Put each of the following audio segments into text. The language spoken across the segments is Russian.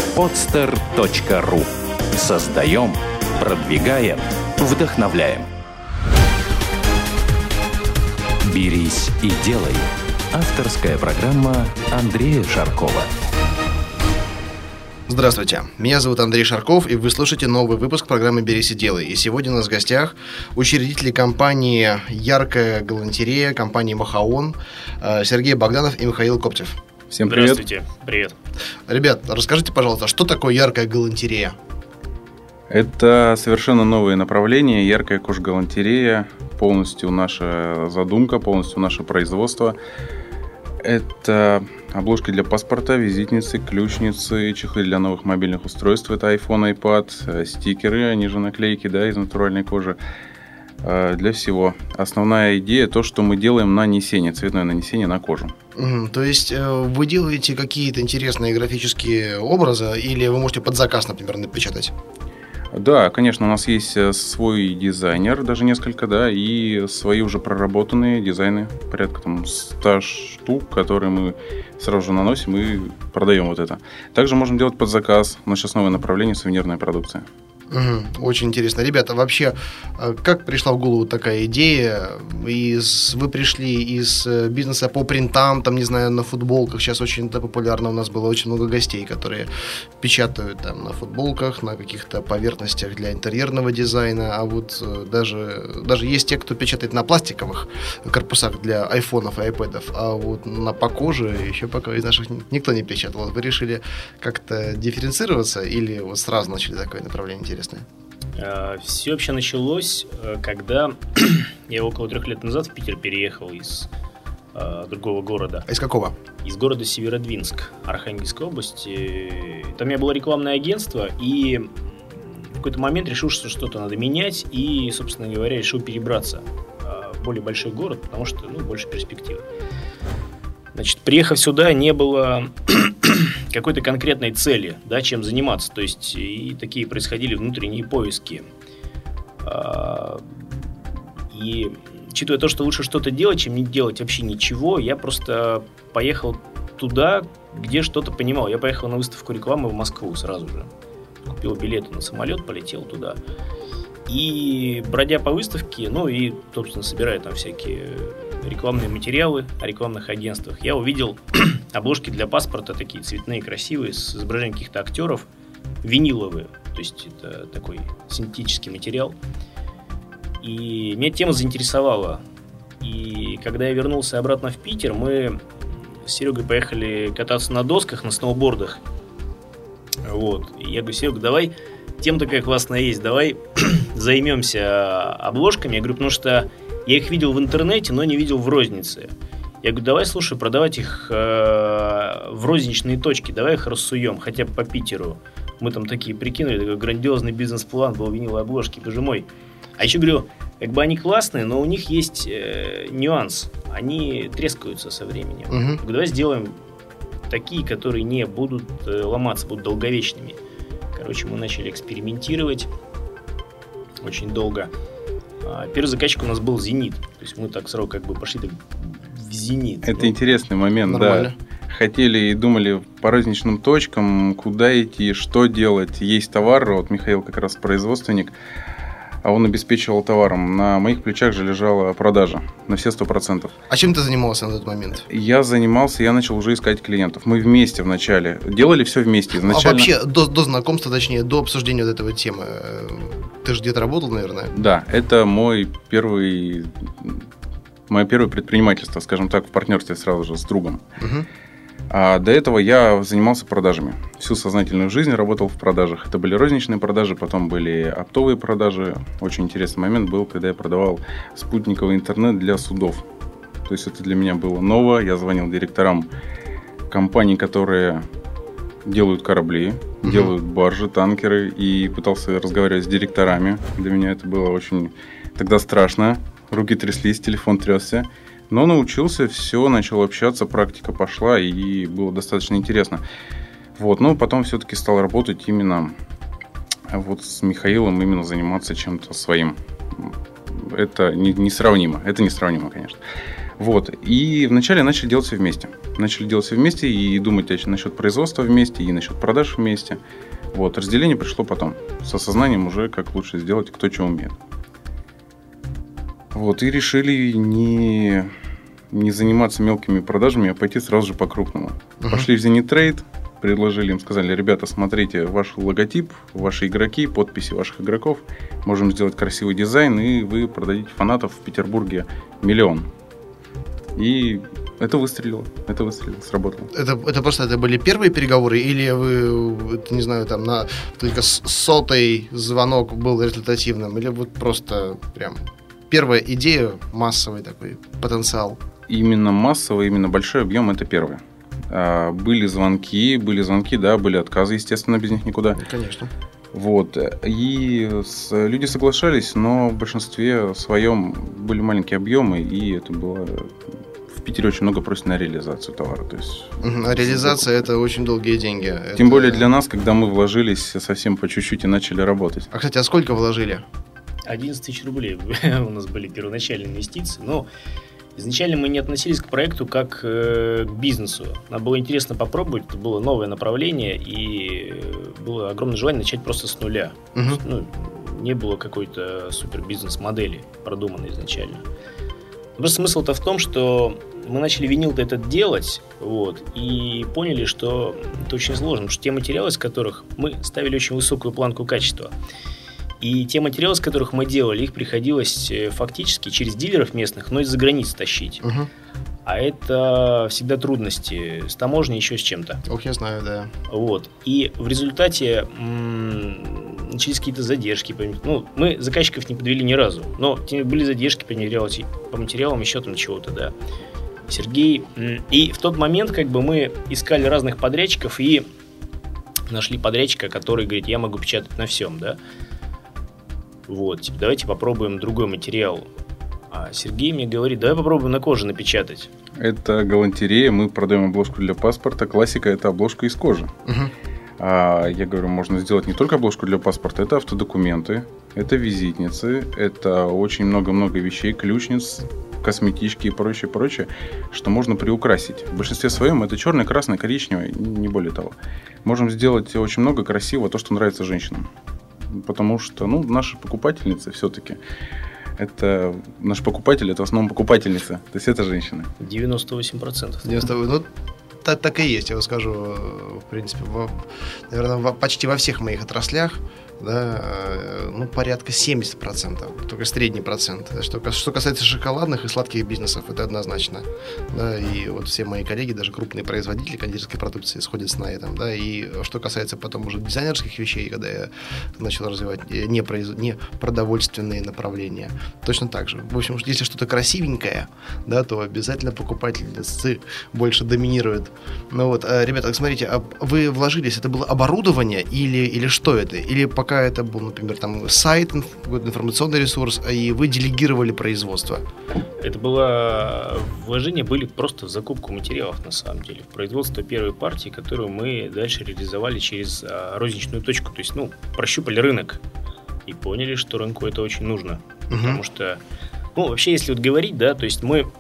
podster.ru. Создаем, продвигаем, вдохновляем. «Берись и делай» – авторская программа Андрея Шаркова. Здравствуйте, меня зовут Андрей Шарков, и вы слушаете новый выпуск программы «Берись и делай». И сегодня у нас в гостях учредители компании «Яркая галантерея», компании «Махаон», Сергей Богданов и Михаил Коптев. Всем привет. Здравствуйте, привет. Ребят, расскажите, пожалуйста, что такое «Яркая галантерея»? Это совершенно новое направление, яркая кожгалантерея, полностью наша задумка, полностью наше производство. Это обложки для паспорта, визитницы, ключницы, чехлы для новых мобильных устройств. Это iPhone, iPad, стикеры, они же наклейки, да, из натуральной кожи. Для всего. Основная идея то, что мы делаем нанесение, цветное нанесение на кожу. То есть вы делаете какие-то интересные графические образы, или вы можете под заказ, например, напечатать? Да, конечно, у нас есть свой дизайнер, даже несколько, да, и свои уже проработанные дизайны, порядка там 100 штук, которые мы сразу же наносим и продаем вот это. Также можем делать под заказ. У нас сейчас новое направление — сувенирная продукция. Очень интересно. Ребята, вообще, как пришла в голову такая идея? Вы пришли из бизнеса по принтам, там, не знаю, на футболках. Сейчас очень это популярно. У нас было очень много гостей, которые печатают там на футболках, на каких-то поверхностях для интерьерного дизайна. А вот даже есть те, кто печатает на пластиковых корпусах для айфонов и айпэдов. А вот по коже еще пока из наших никто не печатал. Вы решили как-то дифференцироваться или вот сразу начали такое направление интересное? Все вообще началось, когда я около 3 лет назад в Питер переехал из другого города. А из какого? Из города Северодвинск, Архангельской области. Там у меня было рекламное агентство, и в какой-то момент решил, что что-то надо менять, и, собственно говоря, решил перебраться в более большой город, потому что, больше перспективы. Значит, приехав сюда, не было какой-то конкретной цели, да, чем заниматься. То есть и такие происходили внутренние поиски. И учитывая то, что лучше что-то делать, чем не делать вообще ничего, я просто поехал туда, где что-то понимал. Я поехал на выставку рекламы в Москву сразу же. Купил билеты на самолет, полетел туда. И бродя по выставке, и, собственно, собирая там всякие рекламные материалы о рекламных агентствах, я увидел обложки для паспорта, такие цветные, красивые, с изображением каких-то актеров, виниловые, то есть это такой синтетический материал. И меня тема заинтересовала. И когда я вернулся обратно в Питер, мы с Серегой поехали кататься на досках, на сноубордах. Вот. И я говорю: Серега, давай, тема такая классная есть, давай займемся обложками. Я говорю, потому что я их видел в интернете, но не видел в рознице. Я говорю, давай, слушай, продавать их в розничные точки, давай их рассуем, хотя бы по Питеру. Мы там такие прикинули, такой грандиозный бизнес-план был, виниловые обложки, боже мой. А еще говорю, они классные, но у них есть нюанс. Они трескаются со временем. Я говорю, давай сделаем такие, которые не будут ломаться, будут долговечными. Короче, мы начали экспериментировать очень долго. Первый заказчик у нас был «Зенит». То есть мы так сразу пошли в «Зенит». Это интересный момент, нормально. Да. Хотели и думали по розничным точкам, куда идти, что делать. Есть товар, вот Михаил как раз производственник, а он обеспечивал товаром. На моих плечах же лежала продажа на все 100%. А чем ты занимался на тот момент? Я начал уже искать клиентов. Мы вместе вначале делали все вместе. Изначально... А вообще до знакомства, точнее, до обсуждения вот этой темы, ты же где-то работал, наверное? Да, это мое первое предпринимательство, скажем так, в партнерстве сразу же с другом. А до этого я занимался продажами. Всю сознательную жизнь работал в продажах. Это были розничные продажи, потом были оптовые продажи. Очень интересный момент был, когда я продавал спутниковый интернет для судов. То есть это для меня было ново. Я звонил директорам компаний, которые делают корабли, делают баржи, танкеры, и пытался разговаривать с директорами. Для меня это было очень тогда страшно. Руки тряслись, телефон трясся. Но научился, все, начал общаться, практика пошла, и было достаточно интересно. Но потом все-таки стал работать именно с Михаилом, именно заниматься чем-то своим. Это несравнимо, конечно. Вот. И вначале начали делать все вместе. Начали делать все вместе и думать насчет производства вместе, и насчет продаж вместе. Вот. Разделение пришло потом. С осознанием уже, как лучше сделать, кто что умеет. Вот. И решили не заниматься мелкими продажами, а пойти сразу же по-крупному. Пошли в Zenit Trade, предложили им, сказали: ребята, смотрите, ваш логотип, ваши игроки, подписи ваших игроков. Можем сделать красивый дизайн, и вы продадите фанатов в Петербурге 1 000 000. И это выстрелило, сработало. Это просто были первые переговоры, или вы, не знаю, там только 100-й звонок был результативным, или вот просто прям первая идея, массовый такой потенциал? Именно массовый, именно большой объем — это первое. Были звонки, да, были отказы, естественно, без них никуда. Конечно. Вот. И люди соглашались, но в большинстве своем были маленькие объемы, и это было... В Питере очень много просят на реализацию товара. То есть, а реализация — это очень долгие деньги. Тем более для нас, когда мы вложились совсем по чуть-чуть и начали работать. Кстати, а сколько вложили? 11 тысяч рублей у нас были первоначальные инвестиции. Но изначально мы не относились к проекту как к бизнесу. Нам было интересно попробовать, это было новое направление, и было огромное желание начать просто с нуля. Не было какой-то супер бизнес-модели продуманной изначально. Просто смысл-то в том, что мы начали винил-то этот делать, вот, и поняли, что это очень сложно, потому что те материалы, из которых мы ставили очень высокую планку качества, и те материалы, из которых мы делали, их приходилось фактически через дилеров местных, но из-за границы тащить. А это всегда трудности с таможней, еще с чем-то. Ох, я знаю, да. Вот. И в результате начались какие-то задержки. Мы заказчиков не подвели ни разу, но были задержки по материалам, еще там чего-то, да. Сергей. И в тот момент мы искали разных подрядчиков и нашли подрядчика, который говорит: я могу печатать на всем, да. Вот, давайте попробуем другой материал. А Сергей мне говорит: давай попробуем на коже напечатать. Это галантерея, мы продаем обложку для паспорта. Классика — это обложка из кожи. Я говорю, можно сделать не только обложку для паспорта, это автодокументы, это визитницы, это очень много-много вещей, ключниц, косметички и прочее, что можно приукрасить. В большинстве своем это черное, красное, коричневое, не более того. Можем сделать очень много красивого, то, что нравится женщинам. Потому что, наши покупательницы все-таки, наш покупатель — это в основном покупательница, то есть это женщины. 98%. Так и есть, я вам скажу, в принципе, наверное, почти во всех моих отраслях, да, порядка 70%, только средний процент. Что касается шоколадных и сладких бизнесов, это однозначно. Да, и вот все мои коллеги, даже крупные производители кондитерской продукции, сходятся на этом. Да, и что касается потом уже дизайнерских вещей, когда я начал развивать не продовольственные направления, точно так же. В общем, если что-то красивенькое, да, то обязательно покупательницы больше доминируют. Ребята, смотрите, а вы вложились, это было оборудование или что это? Или пока это был, например, там сайт, информационный ресурс, и вы делегировали производство? Это было вложения были просто в закупку материалов, на самом деле, в производство первой партии, которую мы дальше реализовали через розничную точку. То есть, прощупали рынок и поняли, что рынку это очень нужно. Потому что, вообще, если говорить, да, то есть мы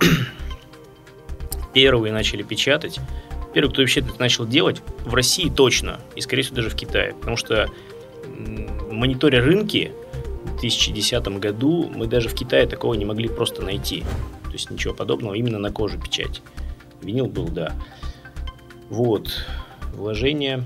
первые начали печатать. Первый, кто вообще это начал делать, в России точно, и, скорее всего, даже в Китае. Потому что, мониторя рынки в 2010 году, мы даже в Китае такого не могли просто найти. То есть ничего подобного, именно на коже печать. Винил был, да. Вот. Вложения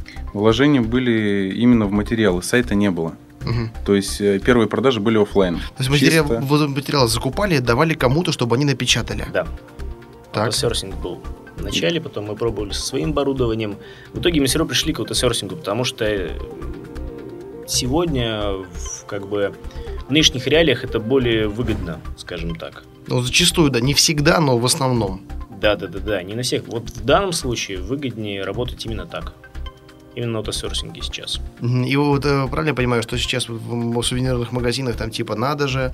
были именно в материалы, сайта не было. То есть первые продажи были офлайн. То есть материалы закупали и давали кому-то, чтобы они напечатали? Да. Аутсорсинг был в начале, потом мы пробовали со своим оборудованием. В итоге мы все равно пришли к аутсорсингу, потому что сегодня в нынешних реалиях это более выгодно, скажем так. Зачастую, да, не всегда, но в основном. Да, не на всех. Вот в данном случае выгоднее работать именно так. именно на аутосорсинге сейчас. И вот правильно я понимаю, что сейчас в сувенирных магазинах там типа «Надо же»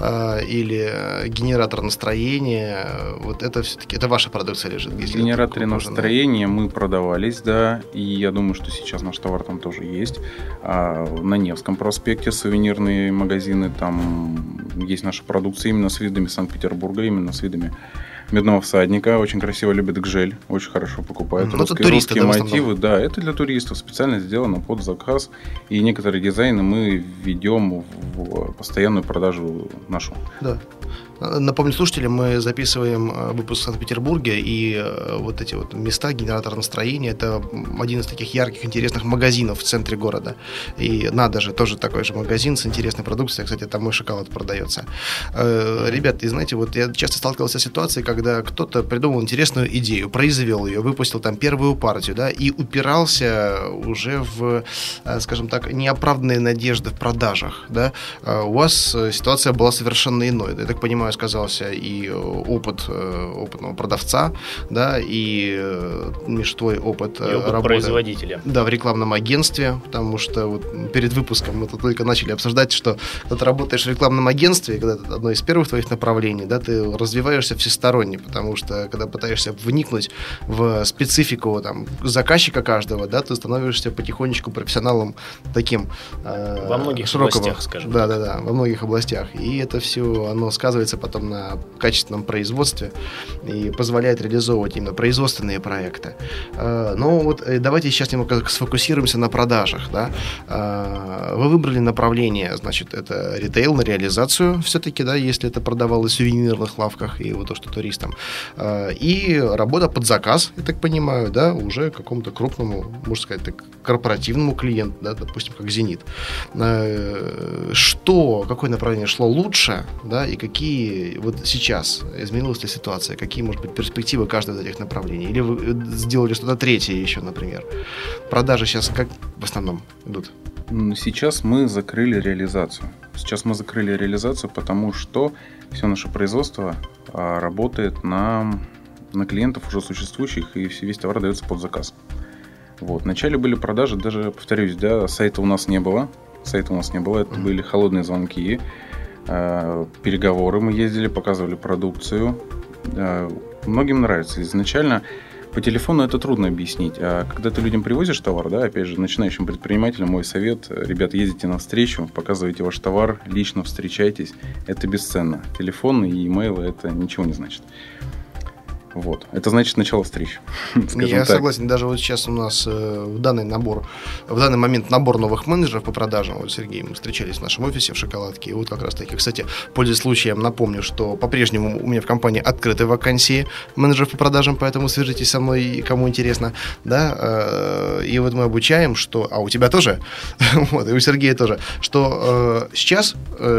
или «Генератор настроения», вот это все-таки, это ваша продукция лежит? В генераторе настроения мы продавались, да, и я думаю, что сейчас наш товар там тоже есть. На Невском проспекте сувенирные магазины, там есть наша продукция именно с видами Санкт-Петербурга, именно с видами Медного всадника. Очень красиво любит Гжель, очень хорошо покупают. Русские мотивы, да, это для туристов, специально сделано под заказ. И некоторые дизайны мы введем в постоянную продажу нашу. Да. Напомню слушателям, мы записываем выпуск в Санкт-Петербурге, и вот эти вот места, генератор настроения, это один из таких ярких, интересных магазинов в центре города. И «Надо же», тоже такой же магазин с интересной продукцией. Кстати, там и шоколад продается. Ребята, и знаете, вот я часто сталкивался с ситуацией, когда кто-то придумал интересную идею, произвел ее, выпустил там первую партию, да, и упирался уже в, скажем так, неоправданные надежды в продажах, да. У вас ситуация была совершенно иной. Я так понимаю, сказался и опыт опытного продавца, да, и, Миш, твой опыт работы производителя. Да, в рекламном агентстве, потому что вот перед выпуском мы тут только начали обсуждать, что когда ты работаешь в рекламном агентстве, когда это одно из первых твоих направлений, да, ты развиваешься всесторонне, потому что когда пытаешься вникнуть в специфику там заказчика каждого, да, ты становишься потихонечку профессионалом таким во многих широкого, областях, скажем. Да, во многих областях. И это все, оно сказывается потом на качественном производстве и позволяет реализовывать именно производственные проекты. Но вот давайте сейчас немного сфокусируемся на продажах, да. Вы выбрали направление, значит, это ритейл на реализацию все-таки, да, если это продавалось в сувенирных лавках и вот то, что туристам. И работа под заказ, я так понимаю, да, уже какому-то крупному, можно сказать так, корпоративному клиенту, да, допустим, как «Зенит». Какое направление шло лучше, да, и какие вот сейчас изменилась ли ситуация, какие, может быть, перспективы каждого из этих направлений? Или вы сделали что-то третье еще, например? Продажи сейчас как в основном идут? Сейчас мы закрыли реализацию. Потому что все наше производство работает на клиентов уже существующих, и весь товар дается под заказ. Вот. Вначале были продажи, даже, повторюсь, да, сайта у нас не было, это были холодные звонки, переговоры, мы ездили, показывали продукцию. Многим нравится. Изначально по телефону это трудно объяснить. А когда ты людям привозишь товар, да, опять же, начинающим предпринимателям мой совет: ребята, ездите навстречу, показывайте ваш товар, лично встречайтесь. Это бесценно. Телефон и имейлы — это ничего не значит. Вот. Это значит начало встреч. Я согласен. Даже вот сейчас у нас в данный момент набор новых менеджеров по продажам. Вот, Сергей, мы встречались в нашем офисе в «Шоколадке». И вот как раз таки, кстати, пользуясь случаем, напомню, что по-прежнему у меня в компании открыты вакансии менеджеров по продажам, поэтому свяжитесь со мной, кому интересно. Да? И вот мы обучаем, что... А у тебя тоже? Вот, и у Сергея тоже. Что сейчас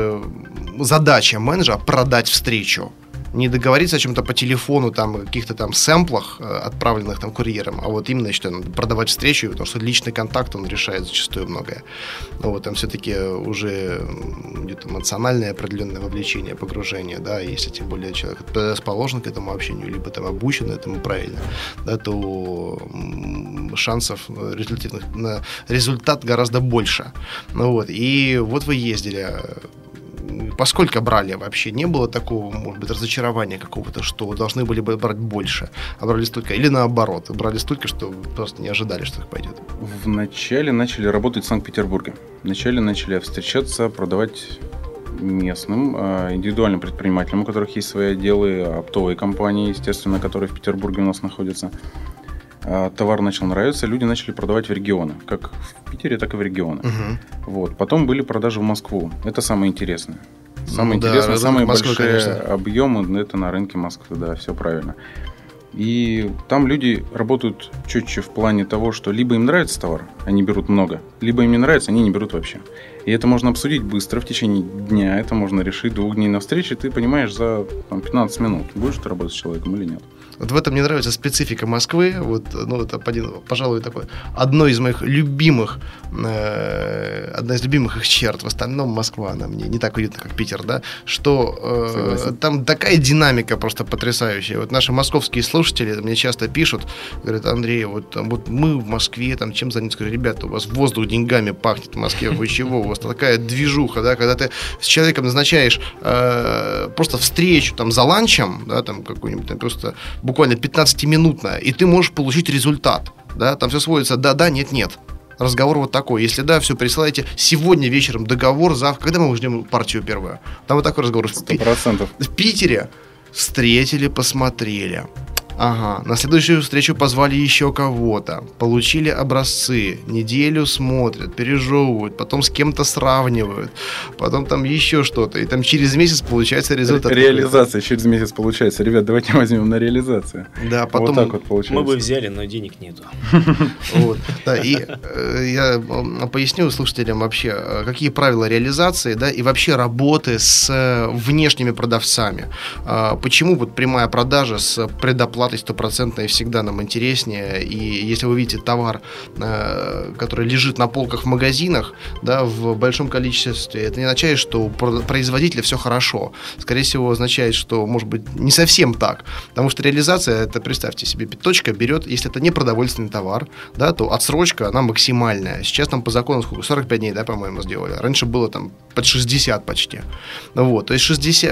задача менеджера — продать встречу. Не договориться о чем-то по телефону, там, каких-то там сэмплах, отправленных там курьером, а вот именно, что надо продавать встречу, потому что личный контакт, он решает зачастую многое. Вот, там все-таки уже идет эмоциональное определенное вовлечение, погружение, да, если тем более человек расположен к этому общению, либо там обучен этому правильно, да, то шансов результативных на результат гораздо больше. Ну, вот, и вот вы ездили. Поскольку брали вообще? Не было такого, может быть, разочарования какого-то, что должны были бы брать больше, а брали столько? Или наоборот, брали столько, что просто не ожидали, что так пойдет? Вначале начали работать в Санкт-Петербурге. Вначале начали встречаться, продавать местным, индивидуальным предпринимателям, у которых есть свои отделы, оптовые компании, естественно, которые в Петербурге у нас находятся. Товар начал нравиться, люди начали продавать в регионы, как в Питере, так и в регионы. Вот. Потом были продажи в Москву. Это самое интересное. Самые большие конечно. Объемы это на рынке Москвы, да, все правильно. И там люди работают четче в плане того, что либо им нравится товар, они берут много, либо им не нравится, они не берут вообще. И это можно обсудить быстро в течение дня, это можно решить 2 дней на встрече, ты понимаешь за 15 минут, будешь ты работать с человеком или нет. Вот в этом мне нравится специфика Москвы. Вот, ну, это, пожалуй, такое одно из моих любимых, одна из любимых их черт. В остальном Москва, она мне не так уютна, как Питер, да, что там такая динамика просто потрясающая. Вот наши московские слушатели мне часто пишут, говорят: Андрей, вот мы в Москве, там чем заняты? Говорю: ребята, у вас воздух деньгами пахнет в Москве, вы чего? У вас такая движуха, да, когда ты с человеком назначаешь просто встречу там за ланчем, да, там какую-нибудь там, просто буквально 15-минутная, и ты можешь получить результат. Да? Там все сводится да, нет. Разговор вот такой. Если да, все, присылайте сегодня вечером договор, завтра. Когда мы ждем партию первую? Там вот такой разговор. 100%. В Питере встретили, посмотрели. Ага, на следующую встречу позвали еще кого-то, получили образцы, неделю смотрят, пережевывают, потом с кем-то сравнивают, потом там еще что-то, и там через месяц получается результат. Реализация через месяц получается. Ребят, давайте возьмем на реализацию. Да, потом вот так вот получается. Мы бы взяли, но денег нету. Вот. Да, и я поясню слушателям вообще, какие правила реализации, да, и вообще работы с внешними продавцами. Почему вот прямая продажа с предоплатой 100% всегда нам интереснее. И если вы видите товар, который лежит на полках в магазинах, да, в большом количестве, это не означает, что у производителя все хорошо. Скорее всего, означает, что, может быть, не совсем так. Потому что реализация, это, представьте себе, точка берет, если это не продовольственный товар, да, то отсрочка, она максимальная. Сейчас там по закону сколько? 45 дней, да, по-моему, сделали. Раньше было там под 60 почти. Вот, то есть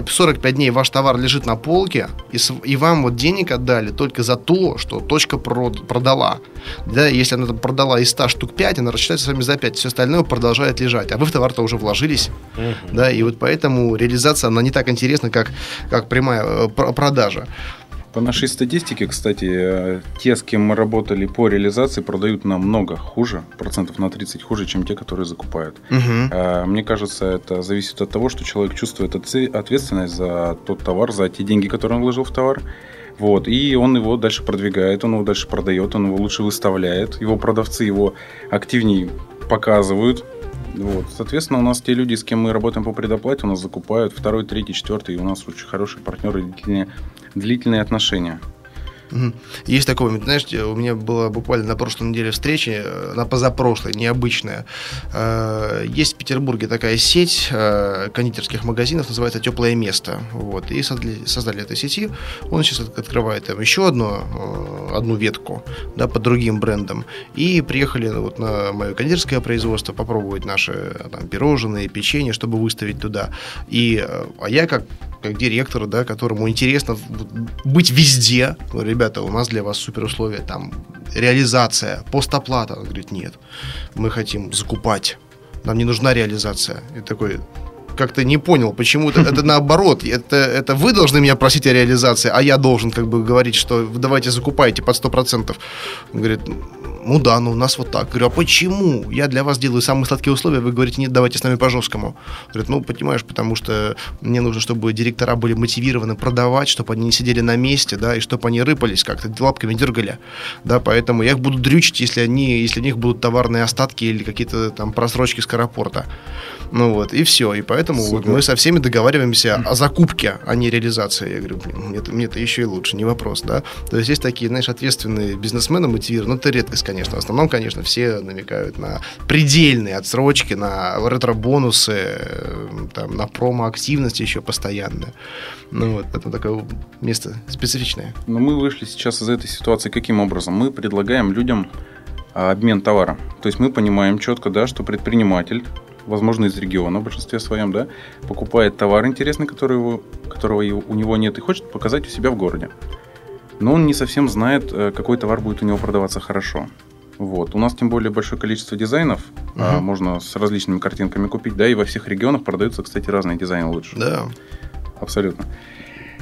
45 дней ваш товар лежит на полке, и вам вот денег отдали только за то, что точка продала. Да, если она там продала из 100 штук 5, она рассчитается с вами за 5, все остальное продолжает лежать. А вы в товар-то уже вложились. Да, и вот поэтому реализация, она не так интересна, как прямая продажа. По нашей статистике, кстати, те, с кем мы работали по реализации, продают намного хуже, процентов на 30 хуже, чем те, которые закупают. Мне кажется, это зависит от того, что человек чувствует ответственность за тот товар, за те деньги, которые он вложил в товар. Вот, и он его дальше продвигает, он его дальше продает, он его лучше выставляет, его продавцы его активнее показывают. Вот. Соответственно, у нас те люди, с кем мы работаем по предоплате, у нас закупают 2, 3, 4, и у нас очень хорошие партнеры, длительные отношения. Есть такой момент, знаешь, у меня была буквально на прошлой неделе встреча, на позапрошлой, необычная. Есть в Петербурге такая сеть кондитерских магазинов, называется «Теплое место». Вот. И создали этой сети. Он сейчас открывает там еще одну ветку, да, под другим брендом. И приехали вот на мое кондитерское производство попробовать наши там пирожные, печенье, чтобы выставить туда. А я как директор, да, которому интересно быть везде, говорю: ребята, у нас для вас супер условия, там, реализация, постоплата. Он говорит: нет, мы хотим закупать, нам не нужна реализация. И такой, как-то не понял, почему это наоборот, это вы должны меня просить о реализации, а я должен как бы говорить, что давайте закупайте под 100%. Он говорит: ну да, у нас вот так. Говорю: а почему? Я для вас делаю самые сладкие условия, вы говорите: нет, давайте с нами по-жесткому. Говорит: понимаешь, потому что мне нужно, чтобы директора были мотивированы продавать, чтобы они не сидели на месте, да, и чтобы они рыпались как-то, лапками дергали, да, поэтому я их буду дрючить, если у них будут товарные остатки или какие-то там просрочки скоропорта. Ну вот, и все, и поэтому вот мы со всеми договариваемся о закупке, а не реализации. Я говорю: мне-то еще и лучше, не вопрос, да. То есть есть такие, знаешь, ответственные бизнесмены мотивированные, это редкость, конечно. В основном, конечно, все намекают на предельные отсрочки, на ретро-бонусы, там, на промо-активность еще постоянно. Ну вот, это такое место специфичное. Но мы вышли сейчас из этой ситуации каким образом? Мы предлагаем людям обмен товара. То есть мы понимаем четко, да, что предприниматель, возможно, из региона в большинстве своем, да, покупает товар интересный, которого у него нет, и хочет показать у себя в городе. Но он не совсем знает, какой товар будет у него продаваться хорошо. Вот. У нас тем более большое количество дизайнов, можно с различными картинками купить, да, и во всех регионах продаются, кстати, разные дизайны лучше. Да. Абсолютно.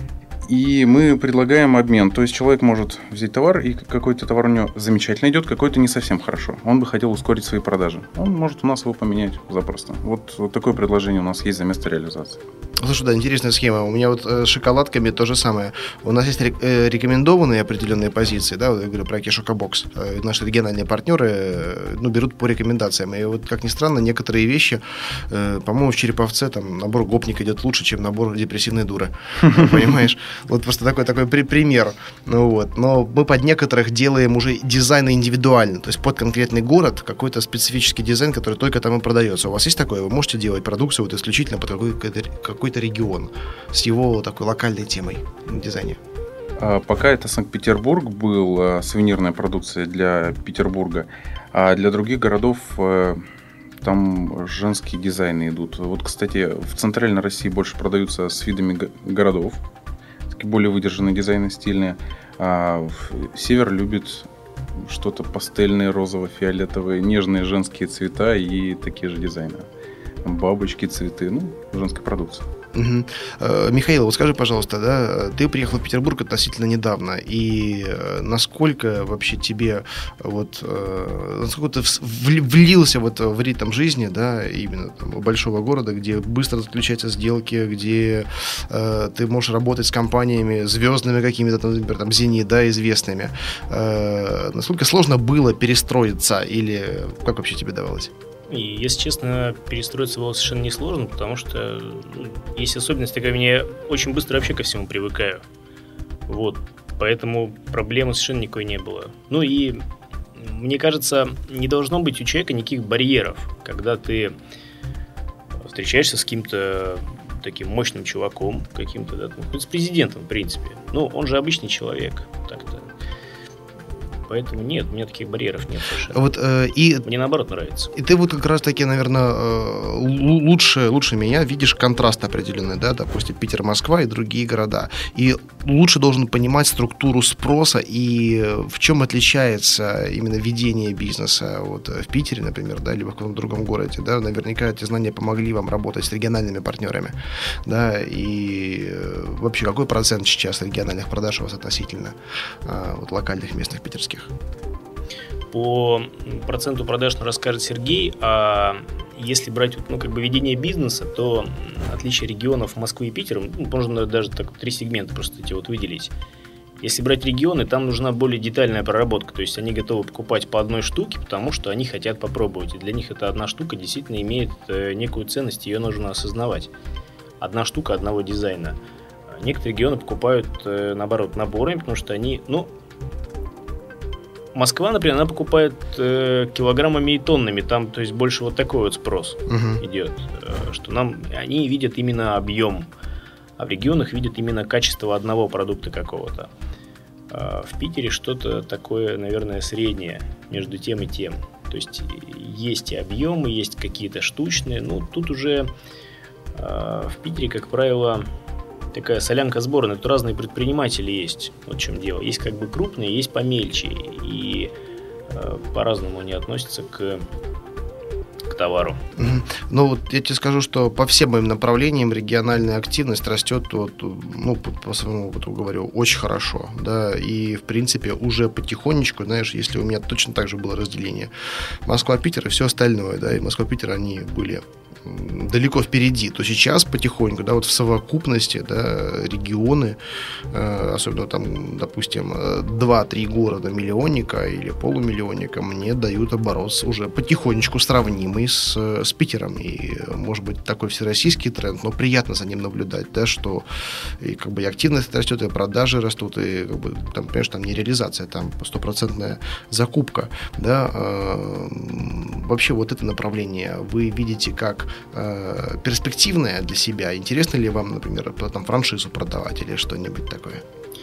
И мы предлагаем обмен. То есть человек может взять товар, и какой-то товар у него замечательно идет, какой-то не совсем хорошо. Он бы хотел ускорить свои продажи. Он может у нас его поменять запросто. Вот такое предложение у нас есть за место реализации. Слушай, да, интересная схема. У меня вот с шоколадками то же самое. У нас есть рекомендованные определенные позиции, да, вот я говорю про Шокобокс. Наши региональные партнеры берут по рекомендациям. И вот, как ни странно, некоторые вещи, по-моему, в Череповце там набор гопник идет лучше, чем набор депрессивной дуры. Понимаешь? Вот просто такой пример. Вот. Но мы под некоторых делаем уже дизайн индивидуально. То есть под конкретный город какой-то специфический дизайн, который только там и продается. У вас есть такое? Вы можете делать продукцию вот исключительно под какой-то регион с его такой локальной темой в дизайне? Пока это Санкт-Петербург был, сувенирная продукция для Петербурга, а для других городов там женские дизайны идут. Вот, кстати, в Центральной России больше продаются с видами городов, такие более выдержанные дизайны, стильные. А Север любит что-то пастельное, розово-фиолетовое, нежные женские цвета и такие же дизайны. Бабочки, цветы, женская продукция. Угу. Михаил, вот скажи, пожалуйста, да, ты приехал в Петербург относительно недавно, и насколько вообще тебе насколько ты влился в ритм жизни, да, именно там, большого города, где быстро заключаются сделки, где ты можешь работать с компаниями звездными какими-то, там, например, там «Зенит», да, известными. Насколько сложно было перестроиться, или как вообще тебе давалось? И, если честно, перестроиться было совершенно несложно, потому что есть особенность такая, я очень быстро вообще ко всему привыкаю. Вот. Поэтому проблемы совершенно никакой не было. И мне кажется, не должно быть у человека никаких барьеров, когда ты встречаешься с каким-то таким мощным чуваком, каким-то, да, хоть с президентом, в принципе. Он же обычный человек, так-то. Поэтому нет, у меня таких барьеров нет совершенно. Мне наоборот нравится. И ты вот как раз-таки, наверное, лучше меня видишь контраст определенный, да, допустим, Питер, Москва и другие города. И лучше должен понимать структуру спроса и в чем отличается именно ведение бизнеса. Вот в Питере, например, да, либо в каком-то другом городе, да, наверняка эти знания помогли вам работать с региональными партнерами, да, и вообще какой процент сейчас региональных продаж у вас относительно локальных, местных, питерских? По проценту продаж расскажет Сергей, а если брать ведение бизнеса, то отличие регионов Москвы и Питера, можно даже так 3 сегмента просто эти выделить. Если брать регионы, там нужна более детальная проработка, то есть они готовы покупать по одной штуке, потому что они хотят попробовать, и для них эта одна штука действительно имеет некую ценность, ее нужно осознавать. Одна штука одного дизайна. Некоторые регионы покупают, наоборот, наборами, потому что они, Москва, например, она покупает килограммами и тоннами, там, то есть больше такой спрос идет, что они видят именно объем, а в регионах видят именно качество одного продукта какого-то. В Питере что-то такое, наверное, среднее между тем и тем. То есть есть и объемы, есть какие-то штучные, тут уже в Питере, как правило, такая солянка сборная. Тут разные предприниматели есть. Вот в чем дело. Есть крупные, есть помельче. И по-разному они относятся к товару. Я тебе скажу, что по всем моим направлениям региональная активность растет, по своему опыту говорю, очень хорошо. Да, и, в принципе, уже потихонечку, знаешь, если у меня точно так же было разделение Москва-Питер и все остальное, да, и Москва-Питер, они были далеко впереди, то сейчас потихоньку, да, в совокупности, да, регионы, особенно там, допустим, 2-3 города миллионника или полумиллионника мне дают оборот уже потихонечку сравнимый с Питером. И, может быть, такой всероссийский тренд, но приятно за ним наблюдать, да, что и и активность растет, и продажи растут, и там, понимаешь, там не реализация, там 100% закупка, да. Вообще это направление вы видите как перспективное для себя? Интересно ли вам, например, там франшизу продавать или что-нибудь такое?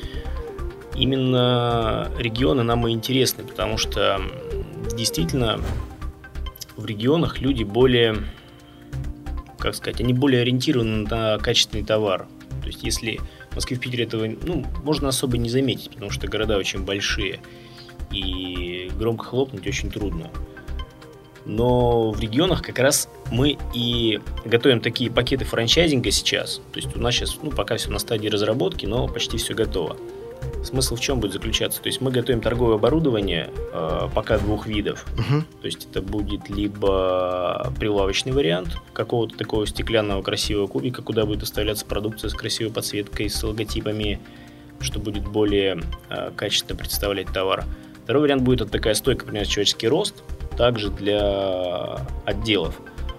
Именно регионы нам и интересны, потому что действительно в регионах люди более, они более ориентированы на качественный товар. То есть если в Москве, в Питере этого можно особо не заметить, потому что города очень большие и громко хлопнуть очень трудно. Но в регионах как раз мы и готовим такие пакеты франчайзинга сейчас. То есть у нас сейчас, пока все на стадии разработки, но почти все готово. Смысл в чем будет заключаться? То есть мы готовим торговое оборудование пока 2 видов. То есть это будет либо прилавочный вариант какого-то такого стеклянного красивого кубика, куда будет оставляться продукция с красивой подсветкой, с логотипами, что будет более качественно представлять товар. Второй вариант будет такая стойка, например, человеческий рост, также для отделов.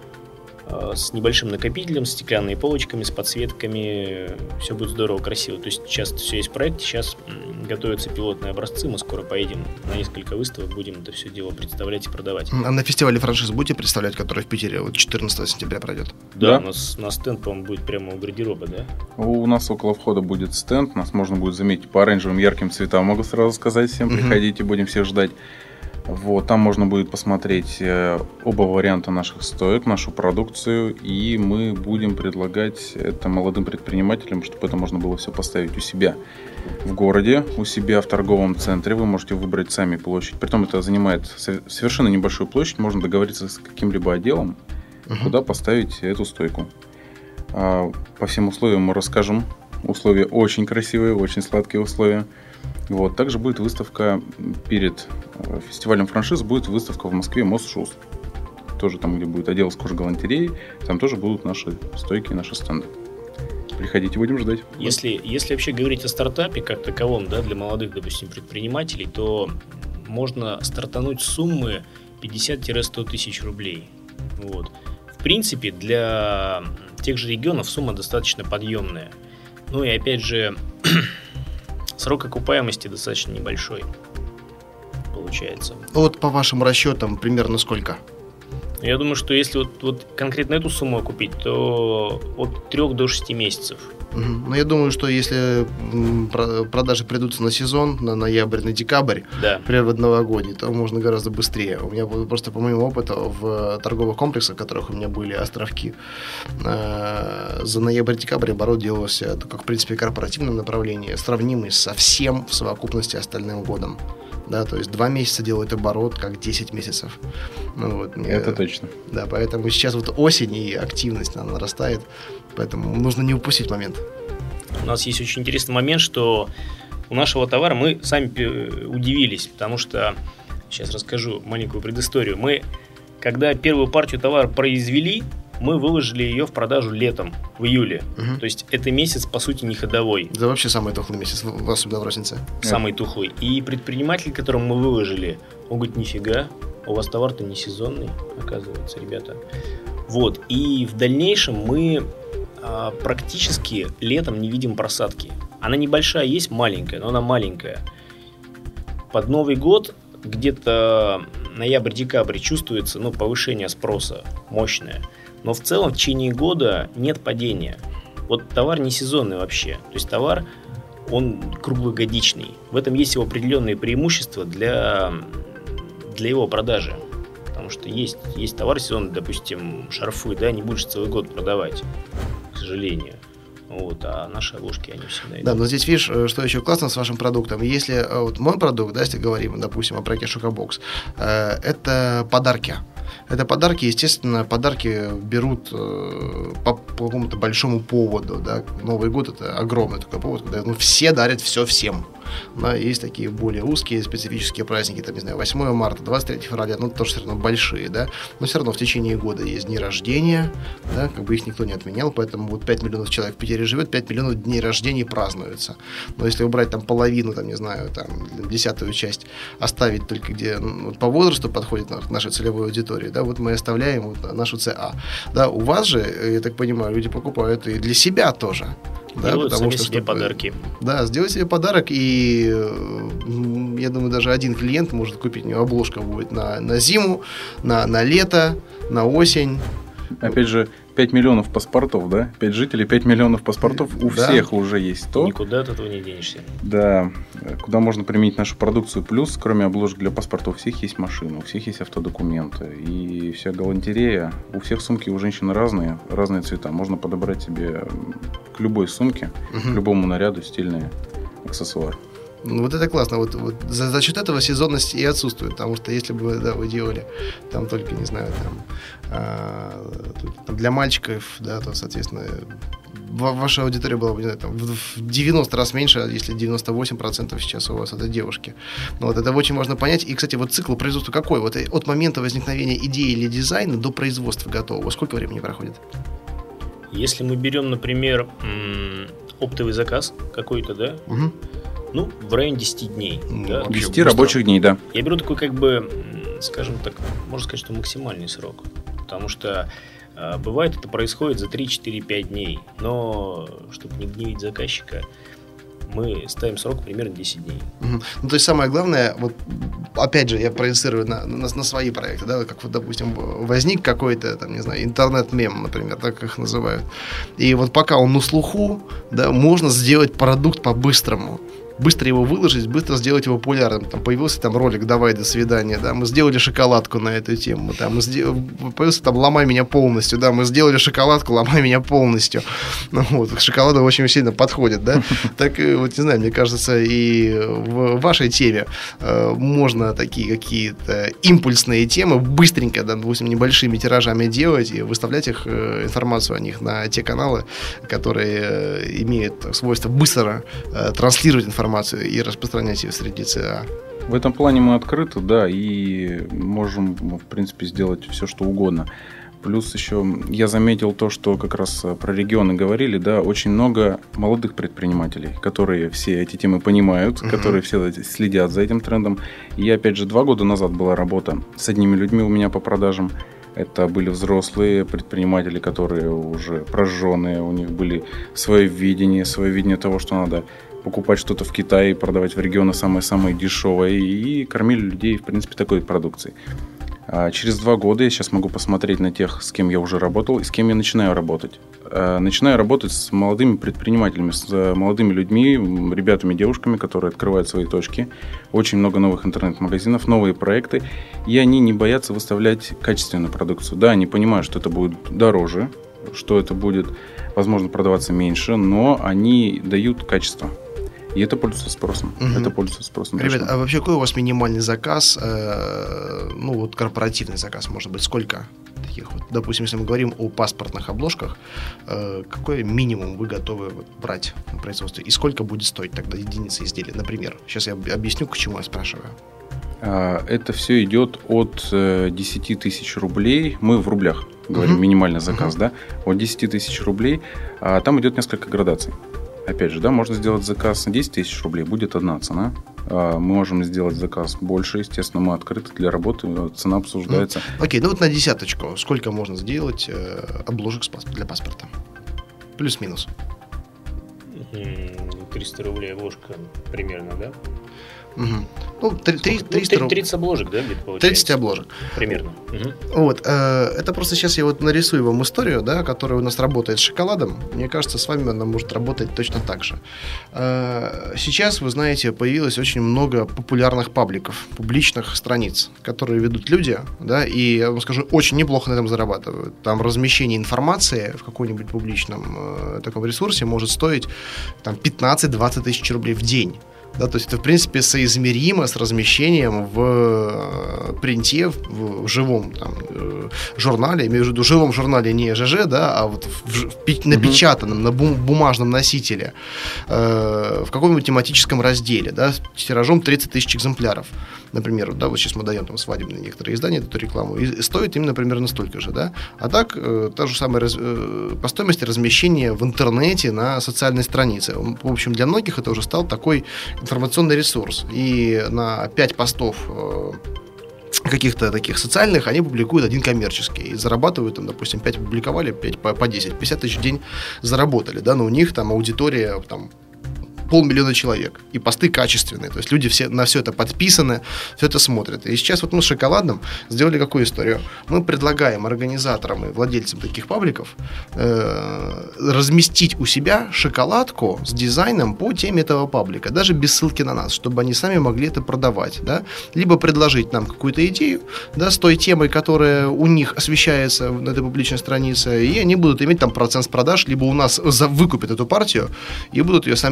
С небольшим накопителем, с стеклянными полочками, с подсветками. Все будет здорово, красиво. То есть сейчас все есть в проекте, сейчас готовятся пилотные образцы. Мы скоро поедем на несколько выставок, будем это все дело представлять и продавать. А на фестивале франшиз будете представлять, который в Питере 14 сентября пройдет? Да, у нас стенд, по-моему, будет прямо у гардероба, да? У нас около входа будет стенд, нас можно будет заметить по оранжевым ярким цветам, могу сразу сказать всем, приходите, будем всех ждать. Вот, там можно будет посмотреть оба варианта наших стоек, нашу продукцию, и мы будем предлагать это молодым предпринимателям, чтобы это можно было все поставить у себя в городе, у себя в торговом центре. Вы можете выбрать сами площадь. Притом это занимает совершенно небольшую площадь, можно договориться с каким-либо отделом, куда поставить эту стойку. По всем условиям мы расскажем. Условия очень красивые, очень сладкие условия. Вот. Также будет выставка перед фестивалем франшиз, будет выставка в Москве Мосшуз. Тоже там, где будет отдел с кожгалантереей, там тоже будут наши стойки, наши стенды. Приходите, будем ждать. Если вообще говорить о стартапе как таковом, да, для молодых, допустим, предпринимателей, то можно стартануть с суммы 50-100 тысяч рублей. Вот. В принципе, для тех же регионов сумма достаточно подъемная. Ну и опять же, срок окупаемости достаточно небольшой получается. Вот по вашим расчетам примерно сколько? Я думаю, что если вот конкретно эту сумму окупить, то от 3 до 6 месяцев. Но я думаю, что если продажи придутся на сезон, на ноябрь, на декабрь, да, например, в новогодний, то можно гораздо быстрее. У меня просто по моему опыту в торговых комплексах, в которых у меня были островки, за ноябрь-декабрь оборот делался, как в принципе корпоративном направлении, сравнимый со всем в совокупности остальным годом. Да, то есть 2 месяца делает оборот, как 10 месяцев. Это точно. Да, поэтому сейчас вот осень и активность она нарастает, поэтому нужно не упустить момент. У нас есть очень интересный момент, что у нашего товара мы сами удивились, потому что, сейчас расскажу маленькую предысторию. Мы, когда первую партию товара произвели, мы выложили ее в продажу летом, в июле. То есть это месяц, по сути, не ходовой. Это вообще самый тухлый месяц, особенно в рознице. Самый тухлый. И предприниматель, которому мы выложили, он говорит: нифига, у вас товар-то не сезонный, оказывается, ребята. Вот. И в дальнейшем мы практически летом не видим просадки. Она небольшая есть, маленькая, но она маленькая. Под Новый год, где-то ноябрь-декабрь, чувствуется повышение спроса мощное. Но в целом в течение года нет падения. Вот товар не сезонный вообще. То есть товар, он круглогодичный. В этом есть его определенные преимущества для его продажи. Потому что есть товар сезонный, допустим, шарфы, да, не будешь целый год продавать, к сожалению. Вот, а наши обложки, они всегда идут. Да, но здесь, видишь, что еще классно с вашим продуктом. Если вот мой продукт, да, если говорим, допустим, о проекте Шокобокс, это подарки. Это подарки, естественно, подарки берут по какому-то большому поводу. Да. Новый год — это огромный такой повод, когда все дарят все всем. Да, есть такие более узкие специфические праздники, там, не знаю, 8 марта, 23 февраля, тоже все равно большие, да, но все равно в течение года есть дни рождения, да, как бы их никто не отменял, поэтому вот 5 миллионов человек в Питере живет, 5 миллионов дней рождения празднуются. Но если убрать там половину, там, не знаю, там, 10-ю часть, оставить только где по возрасту подходит к нашей целевой аудитории, да, вот мы оставляем вот нашу ЦА. Да, у вас же, я так понимаю, люди покупают и для себя тоже. Да, делают сами себе подарки. Да, сделать себе подарок, и я думаю, даже один клиент может купить, у него обложка будет на зиму, на лето, на осень. Опять же, 5 миллионов паспортов, да? 5 жителей, 5 миллионов паспортов, у всех уже есть то. Никуда от этого не денешься. Да, куда можно применить нашу продукцию. Плюс, кроме обложек для паспортов, у всех есть машины, у всех есть автодокументы. И вся галантерея, у всех сумки у женщин разные цвета. Можно подобрать себе к любой сумке, к любому наряду стильный аксессуар. Вот это классно. Вот за счет этого сезонность и отсутствует. Потому что если бы вы делали там только, не знаю, там для мальчиков, да, то, соответственно, ваша аудитория была бы, не знаю, там, в 90 раз меньше, если 98% сейчас у вас это девушки. Вот, это очень важно понять. И, кстати, вот цикл производства какой? Вот от момента возникновения идеи или дизайна до производства готового. Сколько времени проходит? Если мы берем, например, оптовый заказ какой-то, да, ну, в районе 10 дней. Да, 10 рабочих дней, да. Я беру такой, как бы, скажем так, можно сказать, что максимальный срок. Потому что бывает, это происходит за 3-4-5 дней. Но, чтобы не гневить заказчика, мы ставим срок примерно 10 дней. Ну, то есть самое главное, вот опять же, я проецирую на свои проекты, да, как вот, допустим, возник какой-то, там, не знаю, интернет-мем, например, так их называют. И вот пока он на слуху, да, можно сделать продукт по-быстрому. Быстро его выложить, быстро сделать его популярным. Там появился там ролик «Давай, до свидания», да, мы сделали шоколадку на эту тему, там, появился там «Ломай меня полностью», да, мы сделали шоколадку «Ломай меня полностью». Ну, вот, к шоколаду очень сильно подходит, да. Так, вот, не знаю, мне кажется, и в вашей теме можно такие какие-то импульсные темы быстренько, да, допустим, небольшими тиражами делать и выставлять их, информацию о них на те каналы, которые имеют свойство быстро транслировать информацию и распространять ее среди ЦА. В этом плане мы открыты, да, и можем, в принципе, сделать все, что угодно. Плюс еще я заметил то, что как раз про регионы говорили, да, очень много молодых предпринимателей, которые все эти темы понимают, которые все следят за этим трендом. И опять же, 2 года назад была работа с одними людьми у меня по продажам. Это были взрослые предприниматели, которые уже прожженные, у них были свое видение того, что надо покупать что-то в Китае и продавать в регионы самое-самое дешевое, и кормили людей, в принципе, такой продукцией. А через 2 года я сейчас могу посмотреть на тех, с кем я уже работал и с кем я начинаю работать. Начинаю работать с молодыми предпринимателями, с молодыми людьми, ребятами, девушками, которые открывают свои точки. Очень много новых интернет-магазинов, новые проекты, и они не боятся выставлять качественную продукцию. Да, они понимают, что это будет дороже, что это будет, возможно, продаваться меньше, но они дают качество. И это пользуется спросом. Это пользуется спросом. Ребят, а вообще какой у вас минимальный заказ, ну вот корпоративный заказ, может быть, сколько таких вот? Допустим, если мы говорим о паспортных обложках, какой минимум вы готовы брать на производстве? И сколько будет стоить тогда единица изделия, например? Сейчас я объясню, к чему я спрашиваю. Это все идет от 10 тысяч рублей. Мы в рублях говорим, минимальный заказ, да? От 10 тысяч рублей. А там идет несколько градаций. Опять же, да, можно сделать заказ на 10 тысяч рублей, будет одна цена. Мы можем сделать заказ больше, естественно, мы открыты для работы, цена обсуждается. Окей, ну вот на десяточку, сколько можно сделать обложек для паспорта? Плюс-минус. 300 рублей обложка примерно, да? Ну, 300 30 обложек, да, где-то получается? 30 обложек. Примерно. Вот, это просто сейчас я вот нарисую вам историю, да, которая у нас работает с шоколадом. Мне кажется, с вами она может работать точно так же. Сейчас, вы знаете, появилось очень много популярных пабликов, публичных страниц, которые ведут люди, да, и, я вам скажу, очень неплохо на этом зарабатывают. Там размещение информации в каком-нибудь публичном таком ресурсе может стоить там 15-20 тысяч рублей в день. Да, то есть это, в принципе, соизмеримо с размещением в принте, в живом там, журнале, я имею в виду в живом журнале не ЖЖ, да, а вот напечатанном на бумажном носителе в каком-нибудь тематическом разделе, да, с тиражом 30 тысяч экземпляров, например, да, вот сейчас мы даем там свадебные некоторые издания, эту рекламу, и стоит именно примерно столько же, да, а так та же самая по стоимости размещения в интернете на социальной странице. В общем, для многих это уже стал такой информационный ресурс, и на 5 постов каких-то таких социальных они публикуют один коммерческий и зарабатывают, там, допустим, 5 публиковали, 5 по 10, 50 тысяч в день заработали, да, но у них там аудитория там 500 000 человек, и посты качественные, то есть люди все, на все это подписаны, все это смотрят. И сейчас вот мы с шоколадом сделали какую историю? Мы предлагаем организаторам и владельцам таких пабликов разместить у себя шоколадку с дизайном по теме этого паблика, даже без ссылки на нас, чтобы они сами могли это продавать, да? Либо предложить нам какую-то идею, да, с той темой, которая у них освещается на этой публичной странице, и они будут иметь там процент с продаж, либо у нас выкупят эту партию и будут ее сами реализовывать.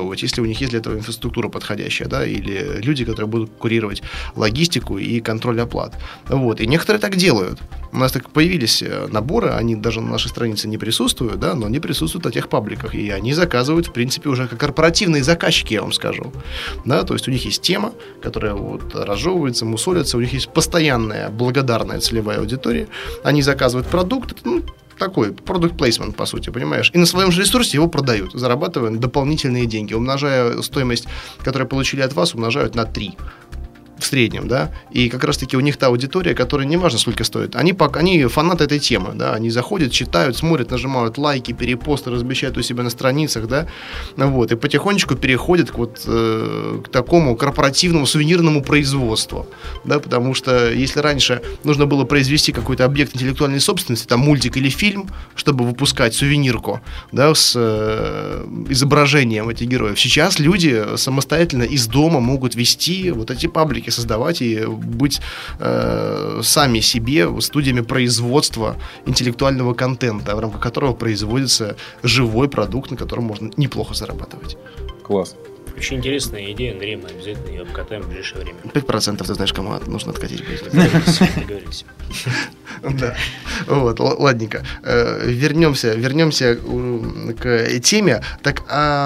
организовывать, если у них есть для этого инфраструктура подходящая, да, или люди, которые будут курировать логистику и контроль оплат. Вот. И некоторые так делают. У нас так появились наборы, они даже на нашей странице не присутствуют, да, но они присутствуют на тех пабликах, и они заказывают, в принципе, уже как корпоративные заказчики, я вам скажу. Да, то есть у них есть тема, которая вот разжевывается, мусолится, у них есть постоянная благодарная целевая аудитория, они заказывают продукт, такой продукт плейсмент, по сути, понимаешь? И на своем же ресурсе его продают, зарабатывая дополнительные деньги, умножая стоимость, которую получили от вас, умножают на 3 в среднем, да, и как раз-таки у них та аудитория, которая не важно, сколько стоит, они фанаты этой темы, да, они заходят, читают, смотрят, нажимают лайки, перепосты, размещают у себя на страницах, да, вот, и потихонечку переходят к такому корпоративному сувенирному производству, да, потому что если раньше нужно было произвести какой-то объект интеллектуальной собственности, там, мультик или фильм, чтобы выпускать сувенирку, да, с изображением этих героев, сейчас люди самостоятельно из дома могут вести вот эти паблики, создавать и быть сами себе студиями производства интеллектуального контента, в рамках которого производится живой продукт, на котором можно неплохо зарабатывать. Класс. Очень интересная идея, Андрей, мы обязательно ее обкатаем в ближайшее время. 5% ты знаешь, кому нужно откатить. Договорились. Да. Вот, ладненько. Вернемся к теме. Так,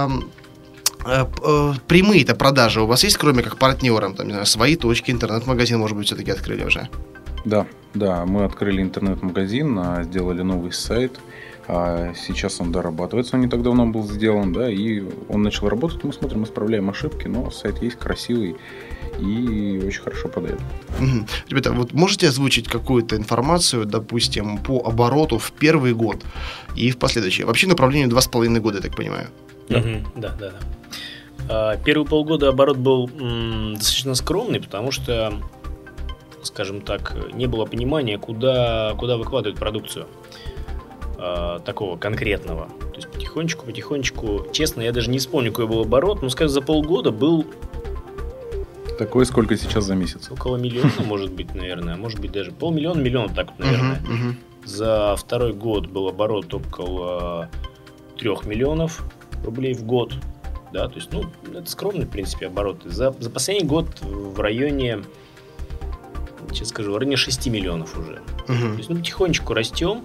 прямые-то продажи у вас есть, кроме как партнерам, там, не знаю, свои точки, интернет-магазин, может быть, все-таки открыли уже? Да, мы открыли интернет-магазин, сделали новый сайт. Сейчас он дорабатывается, он не так давно был сделан, да, и он начал работать, мы смотрим, исправляем ошибки, но сайт есть красивый и очень хорошо продает. Угу. Ребята, вот можете озвучить какую-то информацию, допустим, по обороту в первый год и в последующие? Вообще направлению 2,5 года, я так понимаю. Да. Да. Первые полгода оборот был достаточно скромный, потому что, скажем так, не было понимания, куда выкладывать продукцию такого конкретного. То есть потихонечку, честно, я даже не вспомню, какой был оборот, но, скажем, за полгода был... Такой, сколько сейчас за месяц? Около миллиона, может быть, наверное, может быть, даже миллиона, так вот, наверное. За второй год был оборот около 3 миллионов рублей в год. Да, то есть, это скромный, в принципе, оборот. За последний год в районе, сейчас скажу, в районе 6 миллионов уже. То есть, потихонечку растем.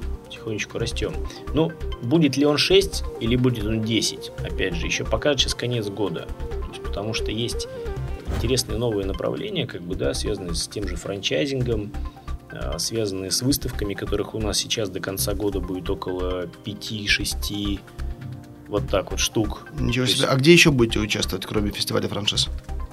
Будет ли он 6 или будет он 10? Опять же, еще покажет сейчас конец года. То есть, потому что есть интересные новые направления, связанные с тем же франчайзингом, связанные с выставками, которых у нас сейчас до конца года будет около 5-6 вот так вот штук. Ничего себе. А где еще будете участвовать, кроме фестиваля франшиз?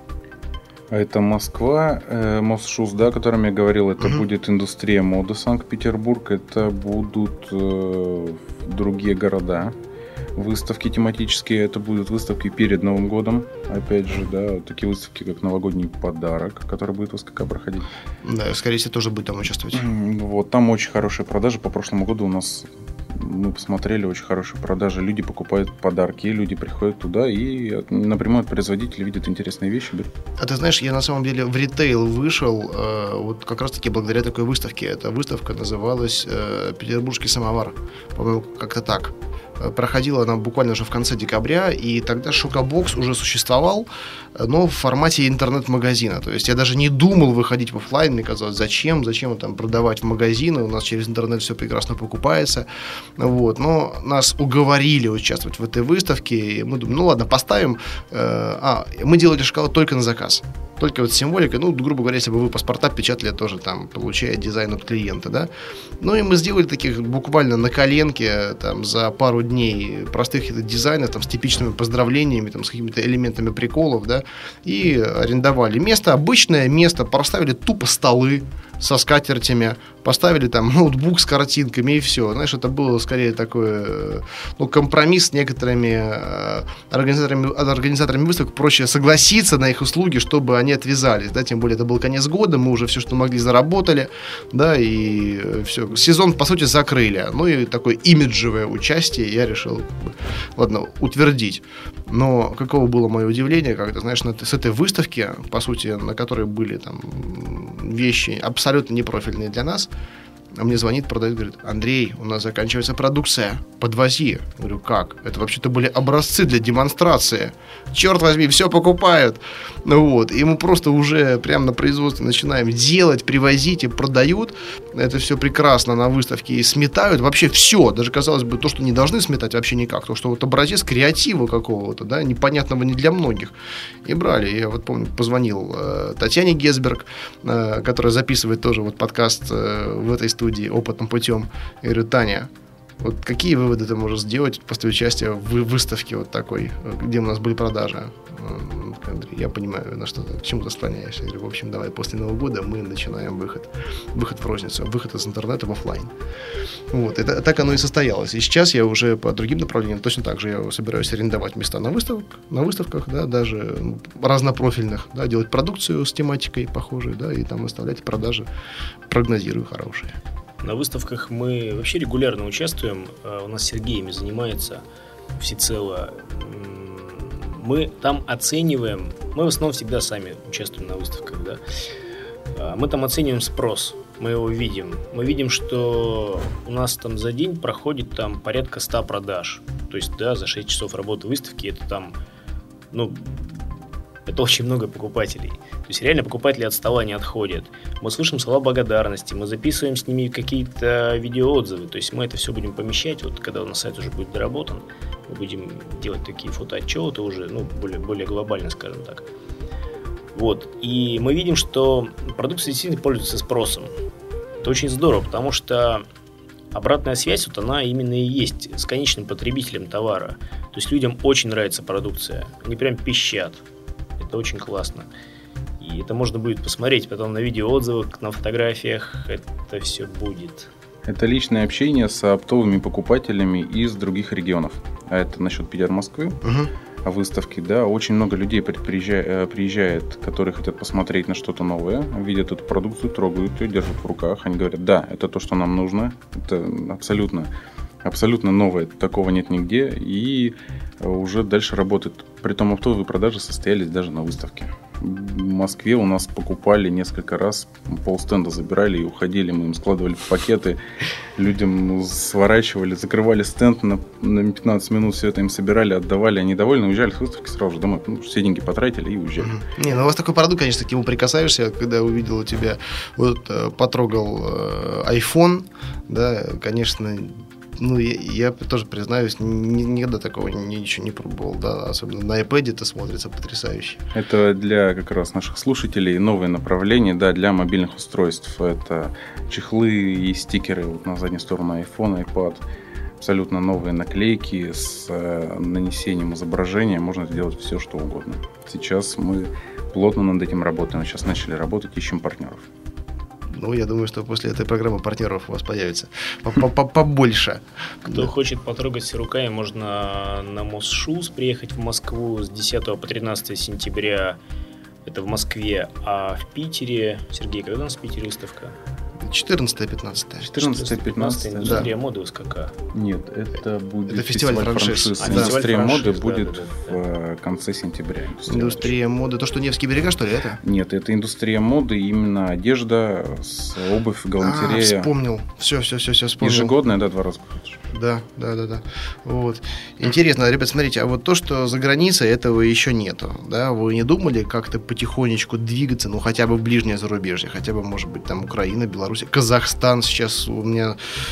Это Москва, Мосшуз, да, о котором я говорил. Это будет индустрия моды Санкт-Петербург. Это будут другие города. Выставки тематические. Это будут выставки перед Новым годом. Опять же, да, такие выставки, как новогодний подарок, который будет в СКК проходить. Да, скорее всего, тоже будет там участвовать. Вот, там очень хорошие продажи. По прошлому году у нас... Мы посмотрели, очень хорошие продажи. Люди покупают подарки, люди приходят туда и напрямую от производителя видят интересные вещи. А ты знаешь, я на самом деле в ритейл вышел вот как раз-таки благодаря такой выставке. Эта выставка называлась «Петербургский самовар». По-моему, как-то так. Проходила она буквально уже в конце декабря, и тогда Шокобокс уже существовал, но в формате интернет-магазина. То есть я даже не думал выходить в офлайн, мне казалось, зачем там продавать в магазины, у нас через интернет все прекрасно покупается. Вот. Но нас уговорили участвовать в этой выставке, и мы думаем, ладно, поставим. Мы делали шоколад только на заказ. Только вот с символикой, грубо говоря, если бы вы паспорта печатали, тоже там, получая дизайн от клиента, да. И мы сделали таких буквально на коленке, там, за пару дней простых дизайнов, там, с типичными поздравлениями, там, с какими-то элементами приколов, да, и арендовали место, обычное место, поставили тупо столы со скатертями, поставили там ноутбук с картинками и все. Знаешь, это было скорее такой компромисс с некоторыми организаторами выставок. Проще согласиться на их услуги, чтобы они отвязались, да, тем более это был конец года, мы уже все, что могли, заработали, да, и все. Сезон, по сути, закрыли. И такое имиджевое участие я решил, утвердить. Но каково было мое удивление, когда, знаешь, с этой выставки, по сути, на которой были там вещи абсолютно непрофильные для нас, А мне звонит, продавец, говорит: Андрей, у нас заканчивается продукция, подвози. Я говорю: как? Это вообще-то были образцы для демонстрации. Черт возьми, все покупают. Вот. И мы просто уже прямо на производстве начинаем делать, привозить и продают. Это все прекрасно на выставке. И сметают вообще все. Даже, казалось бы, то, что не должны сметать, вообще никак. То, что вот образец креатива какого-то, да, непонятного не для многих. И брали. Я вот помню, позвонил Татьяне Гесберг, которая записывает тоже вот подкаст в этой студии опытным путем. Я говорю: Таня, вот какие выводы ты можешь сделать после участия в выставке вот такой, где у нас были продажи? Андрей, я понимаю, на что ты, к чему ты склоняешься. Я говорю: в общем, давай после Нового года мы начинаем выход в розницу, выход из интернета в офлайн. Вот, это так оно и состоялось. И сейчас я уже по другим направлениям точно так же я собираюсь арендовать места на выставках, да, даже разнопрофильных, да, делать продукцию с тематикой похожей, да, и там выставлять продажи, прогнозирую, хорошие. На выставках мы вообще регулярно участвуем. У нас Сергей ими занимается всецело. Мы там оцениваем, мы в основном всегда сами участвуем на выставках, да. Мы там оцениваем спрос, мы его видим. Мы видим, что у нас там за день проходит там порядка 100 продаж. То есть, да, за 6 часов работы выставки это там, ну, это очень много покупателей. То есть реально покупатели от стола не отходят. Мы слышим слова благодарности, мы записываем с ними какие-то видеоотзывы. То есть мы это все будем помещать. Вот когда у нас сайт уже будет доработан, мы будем делать такие фотоотчеты уже, ну, более глобально, скажем так. Вот. И мы видим, что продукция действительно пользуется спросом. Это очень здорово, потому что обратная связь, вот она именно и есть с конечным потребителем товара. То есть людям очень нравится продукция. Они прям пищат. Это очень классно. И это можно будет посмотреть потом на видеоотзывах, на фотографиях. Это все будет. Это личное общение с оптовыми покупателями из других регионов. А это насчет PR Москвы. О выставке, да, очень много людей приезжает, которые хотят посмотреть на что-то новое, видят эту продукцию, трогают ее, держат в руках. Они говорят: да, это то, что нам нужно. Это абсолютно новое, такого нет нигде. И уже дальше работает. Притом оптовые продажи состоялись даже на выставке. В Москве у нас покупали несколько раз, полстенда забирали и уходили. Мы им складывали в пакеты, людям сворачивали, закрывали стенд на 15 минут, все это им собирали, отдавали. Они довольны, уезжали с выставки сразу же домой. Все деньги потратили и уезжали. Не, ну у вас такой продукт, конечно, к нему прикасаешься. Когда увидел у тебя, вот потрогал iPhone, да, конечно. Ну, я тоже признаюсь, никогда такого ничего не пробовал, да, особенно на iPad это смотрится потрясающе. Это для как раз наших слушателей новое направление, да, для мобильных устройств. Это чехлы и стикеры вот на заднюю сторону iPhone, iPad. Абсолютно новые наклейки с нанесением изображения. Можно сделать все, что угодно. Сейчас мы плотно над этим работаем. Сейчас начали работать, ищем партнеров. Ну, я думаю, что после этой программы партнеров у вас появится побольше. Кто хочет потрогать руками, можно на Мосшуз приехать в Москву с 10 по 13 сентября. Это в Москве. А в Питере... Сергей, когда у нас в Питере выставка? 14-15. 14-15. Индустрия моды ВСКК. Нет, это будет это фестиваль франшиз. Индустрия моды будет в конце сентября. Индустрия моды. То, что Невские берега, что ли, это? Нет, это индустрия моды, именно одежда, обувь, галантерея. Вспомнил. Все вспомнил. Ежегодная, да, 2 раза приходишь. Да. Вот. Интересно, ребят, смотрите, а вот то, что за границей, этого еще нету. Да? Вы не думали как-то потихонечку двигаться, ну, хотя бы в ближнее зарубежье, хотя бы, может быть, там Украина, Беларусь, Казахстан сейчас у меня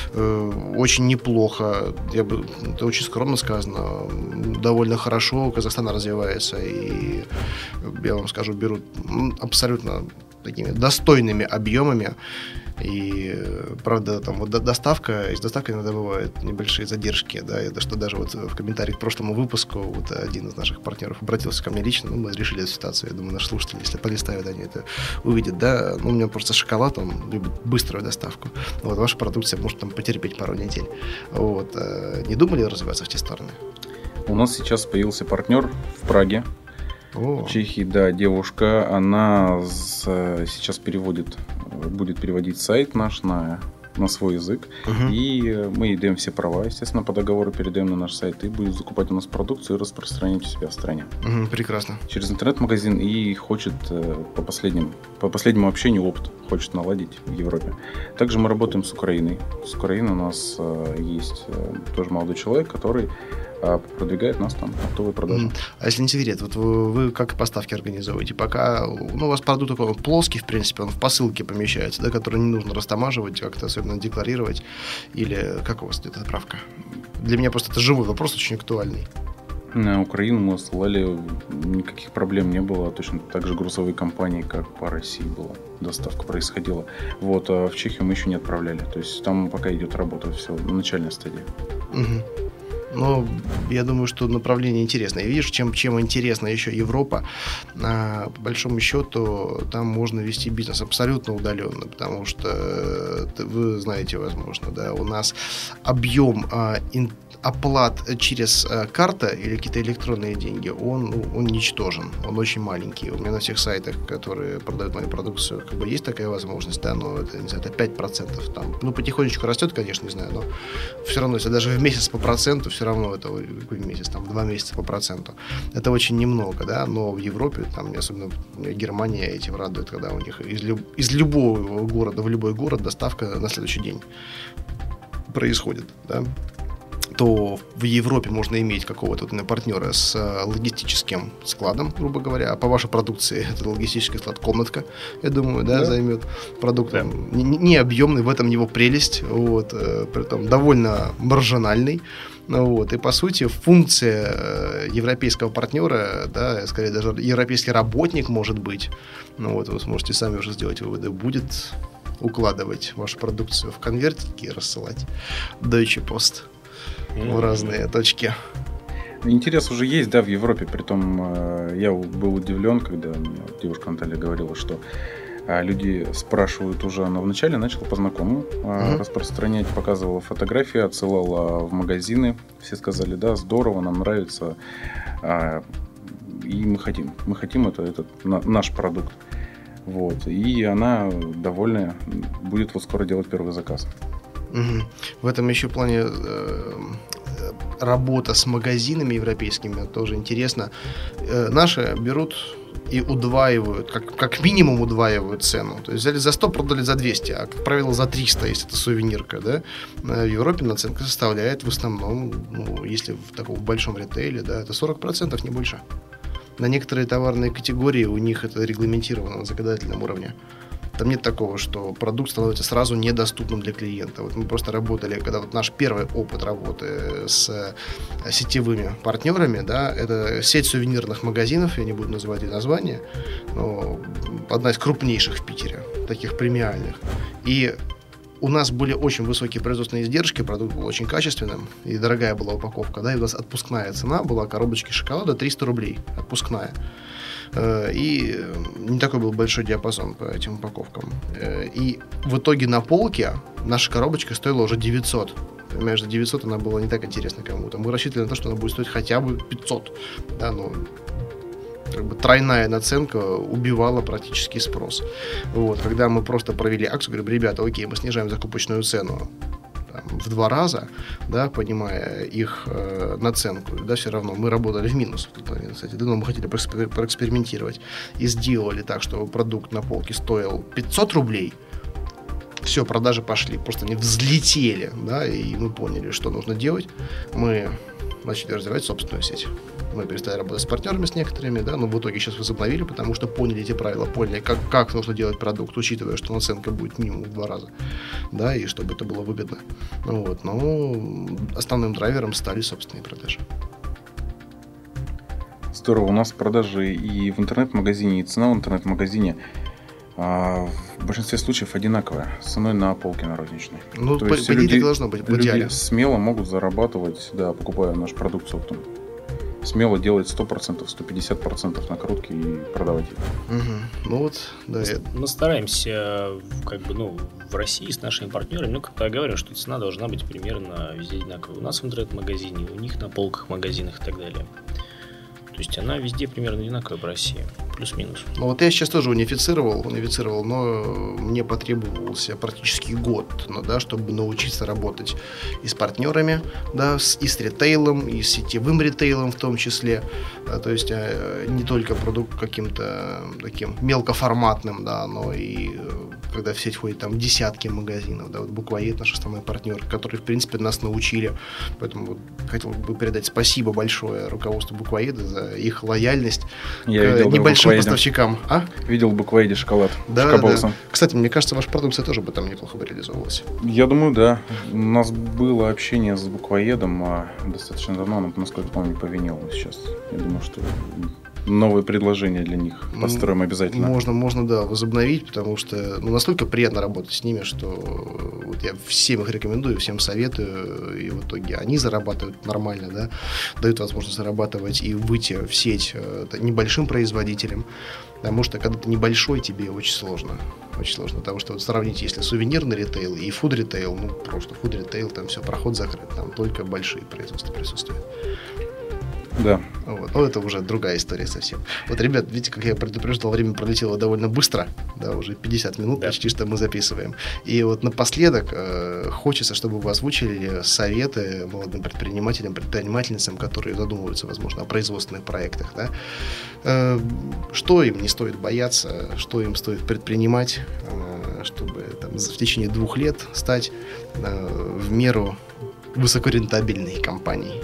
очень неплохо, это очень скромно сказано, довольно хорошо Казахстан развивается, и я вам скажу, берут абсолютно такими достойными объемами. И, правда, там вот доставка, с доставкой иногда бывают небольшие задержки, да, это что даже вот в комментариях к прошлому выпуску вот один из наших партнеров обратился ко мне лично, мы решили эту ситуацию, я думаю, наши слушатели, если полистают, они это увидят, да, у меня просто шоколад, он любит быструю доставку, вот, ваша продукция может там потерпеть пару недель, вот, не думали развиваться в те стороны? У нас сейчас появился партнер в Праге, в Чехии, да, девушка, она сейчас будет переводить сайт наш на на свой язык. И мы даем все права, естественно, по договору передаем на наш сайт, и будет закупать у нас продукцию и распространять у себя в стране. Прекрасно. Через интернет-магазин, и хочет по последнему общению опыт хочет наладить в Европе. Также мы работаем с Украиной. С Украиной у нас есть тоже молодой человек, который продвигает нас там оптовые продажи. А если не секрет, вот вы как поставки организовываете? Пока у вас продукт такой плоский, в принципе, он в посылке помещается, да, который не нужно растамаживать, как-то особенно декларировать, или как у вас идет отправка? Для меня просто это живой вопрос, очень актуальный. На Украину мы ссылали, никаких проблем не было. Точно так же грузовые компании, как по России была. Доставка происходила. Вот, а в Чехию мы еще не отправляли. То есть там пока идет работа, все на начальной стадии. Но я думаю, что направление интересное. И видишь, чем интересна еще Европа, по большому счету, там можно вести бизнес абсолютно удаленно, потому что вы знаете, возможно, да, у нас объем оплат через карта или какие-то электронные деньги, он ничтожен, он очень маленький. У меня на всех сайтах, которые продают мою продукцию, как бы есть такая возможность, да, но это, не знаю, это 5%. Там, потихонечку растет, конечно, не знаю, но все равно, если даже в месяц по проценту, все равно это какой месяц, там 2 месяца по проценту. Это очень немного, да, но в Европе, там, особенно Германия этим радует, когда у них из любого города в любой город доставка на следующий день происходит, да, то в Европе можно иметь какого-то партнера с логистическим складом, грубо говоря, а по вашей продукции это логистический склад комнатка, я думаю, да. Займет продукт не объемный, в этом его прелесть, вот, притом довольно маржинальный. Вот, и по сути функция европейского партнера, да, скорее даже европейский работник может быть, вот, вы сможете сами уже сделать выводы, будет укладывать вашу продукцию в конвертики и рассылать Deutsche Post в разные точки. Интерес уже есть, да, в Европе. Притом я был удивлен, когда девушка Наталья говорила, что люди спрашивают уже, она вначале начала по знакомым распространять, показывала фотографии, отсылала в магазины. Все сказали, да, здорово, нам нравится, и мы хотим это наш продукт. Вот. И она довольная, будет вот скоро делать первый заказ. В этом еще плане работа с магазинами европейскими тоже интересно. Наши берут и удваивают, как минимум удваивают цену. То есть взяли за 100, продали за 200, а, как правило, за 300, если это сувенирка. Да? В Европе наценка составляет в основном, если в таком большом ритейле, да, это 40%, не больше. На некоторые товарные категории у них это регламентировано на законодательном уровне. Там нет такого, что продукт становится сразу недоступным для клиента. Вот мы просто работали, когда вот наш первый опыт работы с сетевыми партнерами, да, это сеть сувенирных магазинов, я не буду называть ее название, но одна из крупнейших в Питере, таких премиальных. И у нас были очень высокие производственные издержки, продукт был очень качественным, и дорогая была упаковка, да, и у нас отпускная цена была коробочки шоколада 300 рублей, отпускная. И не такой был большой диапазон по этим упаковкам. И в итоге на полке наша коробочка стоила уже 900. Понимаешь, за 900 она была не так интересна кому-то. Мы рассчитывали на то, что она будет стоить хотя бы 500. Да, но как бы тройная наценка убивала практически спрос. Вот, когда мы просто провели акцию, говорим, ребята, окей, мы снижаем закупочную цену в 2 раза, да, понимая их наценку, да, все равно мы работали в минус, кстати, да, но мы хотели проэкспериментировать и сделали так, что продукт на полке стоил 500 рублей, все, продажи пошли, просто они взлетели, да, и мы поняли, что нужно делать, мы начали развивать собственную сеть. Мы перестали работать с партнерами, с некоторыми, да, но в итоге сейчас возобновили, потому что поняли эти правила, поняли, как нужно делать продукт, учитывая, что наценка будет минимум в 2 раза, да, и чтобы это было выгодно. Вот, но основным драйвером стали собственные продажи. Здорово, у нас продажи и в интернет-магазине, и цена в интернет-магазине в большинстве случаев одинаковая, с ценой на полке на розничной. Ну, по идее, так должно быть, в идеале. Люди смело могут зарабатывать, да, покупая наш продукт оптом. Смело делать 100%, 150% накрутки и продавать их. Ну вот, да. Мы стараемся, как бы, в России с нашими партнерами, как я говорю, что цена должна быть примерно везде одинаковая. У нас в интернет-магазине, у них на полках, магазинах и так далее. То есть она везде примерно одинаковая по России. плюс-минус. Ну вот я сейчас тоже унифицировал, но мне потребовался практически год, чтобы научиться работать и с партнерами, и с ритейлом, и с сетевым ритейлом в том числе. То есть не только продукт каким-то таким мелкоформатным, но и когда в сеть ходит там десятки магазинов. Вот Буквоед наш основной партнер, который, в принципе, нас научили. Поэтому хотел бы передать спасибо большое руководству Буквоеда за их лояльность к небольшим поставщикам. Видел в Буквоеде шоколад. Да. Кстати, мне кажется, ваша продукция тоже бы там неплохо бы реализовывалась. Я думаю, да. У нас было общение с Буквоедом достаточно давно, насколько помню, по винилу сейчас. Я думаю, что новые предложения для них построим обязательно. Можно, возобновить, потому что настолько приятно работать с ними, что вот я всем их рекомендую, всем советую, и в итоге они зарабатывают нормально, дают возможность зарабатывать и выйти в сеть небольшим производителям, потому что когда ты небольшой, тебе очень сложно, потому что вот сравнить, если сувенирный ритейл и фуд-ритейл, просто фуд-ритейл, там все, проход закрыт, там только большие производства присутствуют. Да. Но это уже другая история совсем. Вот, ребят, видите, как я предупреждал, время пролетело довольно быстро, уже 50 минут почти, что мы записываем. И вот напоследок хочется, чтобы вы озвучили советы молодым предпринимателям, предпринимательницам, которые задумываются, возможно, о производственных проектах. Что им не стоит бояться, что им стоит предпринимать, чтобы в течение 2 лет стать в меру высокорентабельной компанией.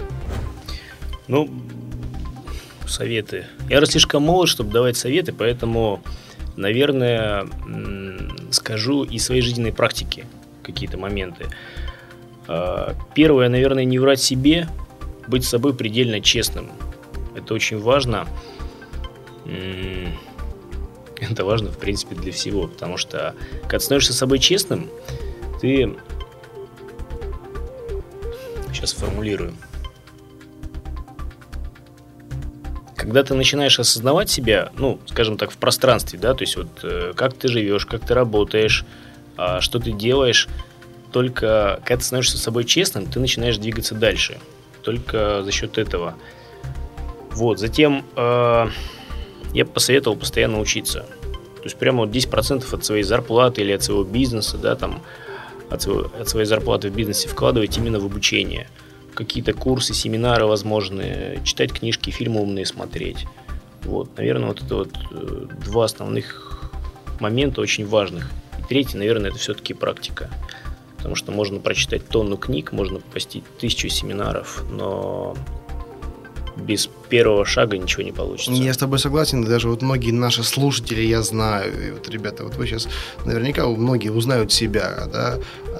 Советы. Я слишком молод, чтобы давать советы, поэтому, наверное, скажу из своей жизненной практики какие-то моменты. Первое, наверное, не врать себе, быть с собой предельно честным. Это очень важно. Это важно, в принципе, для всего, потому что, когда ты становишься с собой честным, ты... Сейчас сформулирую. Когда ты начинаешь осознавать себя, скажем так, в пространстве, то есть вот как ты живешь, как ты работаешь, что ты делаешь, только когда ты становишься с собой честным, ты начинаешь двигаться дальше. Только за счет этого. Затем я бы посоветовал постоянно учиться. То есть прямо 10% от своей зарплаты или от своего бизнеса, от своей зарплаты в бизнесе вкладывать именно в обучение. Какие-то курсы, семинары возможные, читать книжки, фильмы умные смотреть. Наверное, это 2 основных момента очень важных. И 3, наверное, это все-таки практика. Потому что можно прочитать тонну книг, можно посетить 1000 семинаров, но без первого шага ничего не получится. Я с тобой согласен, даже многие наши слушатели, я знаю, и ребята, вы сейчас наверняка многие узнают себя,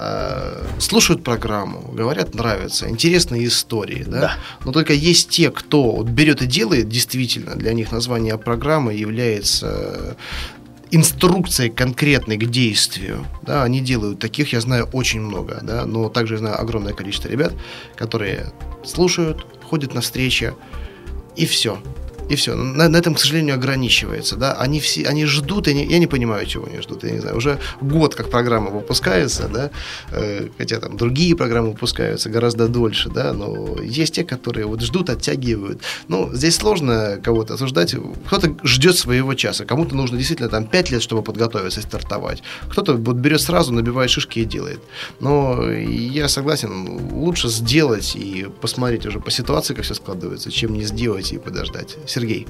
слушают программу, говорят, нравится, интересные истории, но только есть те, кто берет и делает, действительно, для них название программы является инструкцией конкретной к действию. Они делают таких, я знаю, очень много, но также я знаю огромное количество ребят, которые слушают, ходят на встречи, и все. На этом, к сожалению, ограничивается. Они ждут, я не понимаю, чего они ждут. Я не знаю, уже год как программа выпускается, хотя там другие программы выпускаются гораздо дольше, но есть те, которые ждут, оттягивают. Здесь сложно кого-то осуждать. Кто-то ждет своего часа, кому-то нужно действительно 5 лет, чтобы подготовиться и стартовать. Кто-то берет сразу, набивает шишки и делает. Но я согласен, лучше сделать и посмотреть уже по ситуации, как все складывается, чем не сделать и подождать. Сергей.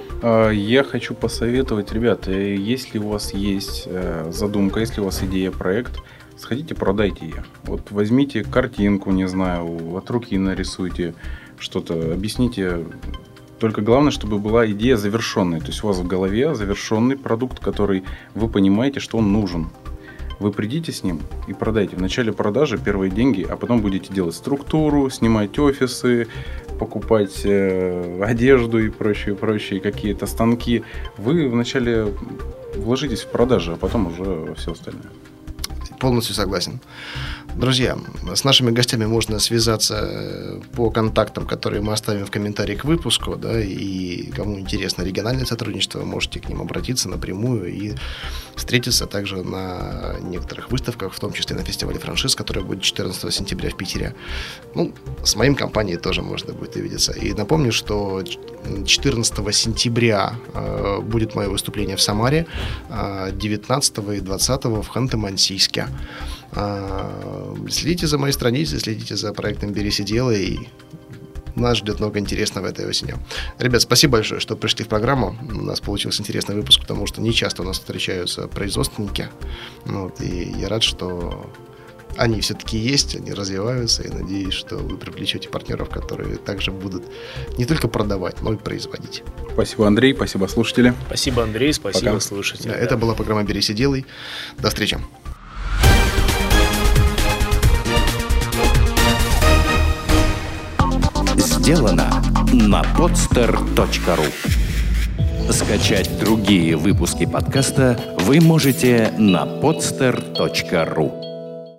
Я хочу посоветовать, ребята, если у вас есть задумка, если у вас идея, проект, сходите, продайте ее. Возьмите картинку, не знаю, от руки нарисуйте что-то, объясните. Только главное, чтобы была идея завершенная. То есть у вас в голове завершенный продукт, который вы понимаете, что он нужен. Вы придите с ним и продайте. В начале продажи первые деньги, а потом будете делать структуру, снимать офисы, покупать одежду и прочие какие-то станки. Вы вначале вложитесь в продажи, а потом уже все остальное. Полностью согласен. Друзья, с нашими гостями можно связаться по контактам, которые мы оставим в комментарии к выпуску, да, и кому интересно региональное сотрудничество, вы можете к ним обратиться напрямую и встретиться также на некоторых выставках, в том числе на фестивале франшиз, который будет 14 сентября в Питере. Ну, с моим компанией тоже можно будет увидеться. И напомню, что 14 сентября будет мое выступление в Самаре, 19 и 20 в Ханты-Мансийске. Следите за моей страницей, следите за проектом «Берись и делай». Нас ждет много интересного этой осенью. Ребят, спасибо большое, что пришли в программу. У нас получился интересный выпуск, потому что не часто у нас встречаются производственники. Вот, и я рад, что они все-таки есть, они развиваются, и надеюсь, что вы привлечете партнеров, которые также будут не только продавать, но и производить. Спасибо, Андрей, спасибо, слушатели. Спасибо, Андрей, спасибо, Пока. слушатели. Это была программа «Берись и делай». До встречи. Сделано на podster.ru. Скачать другие выпуски подкаста вы можете на podster.ru.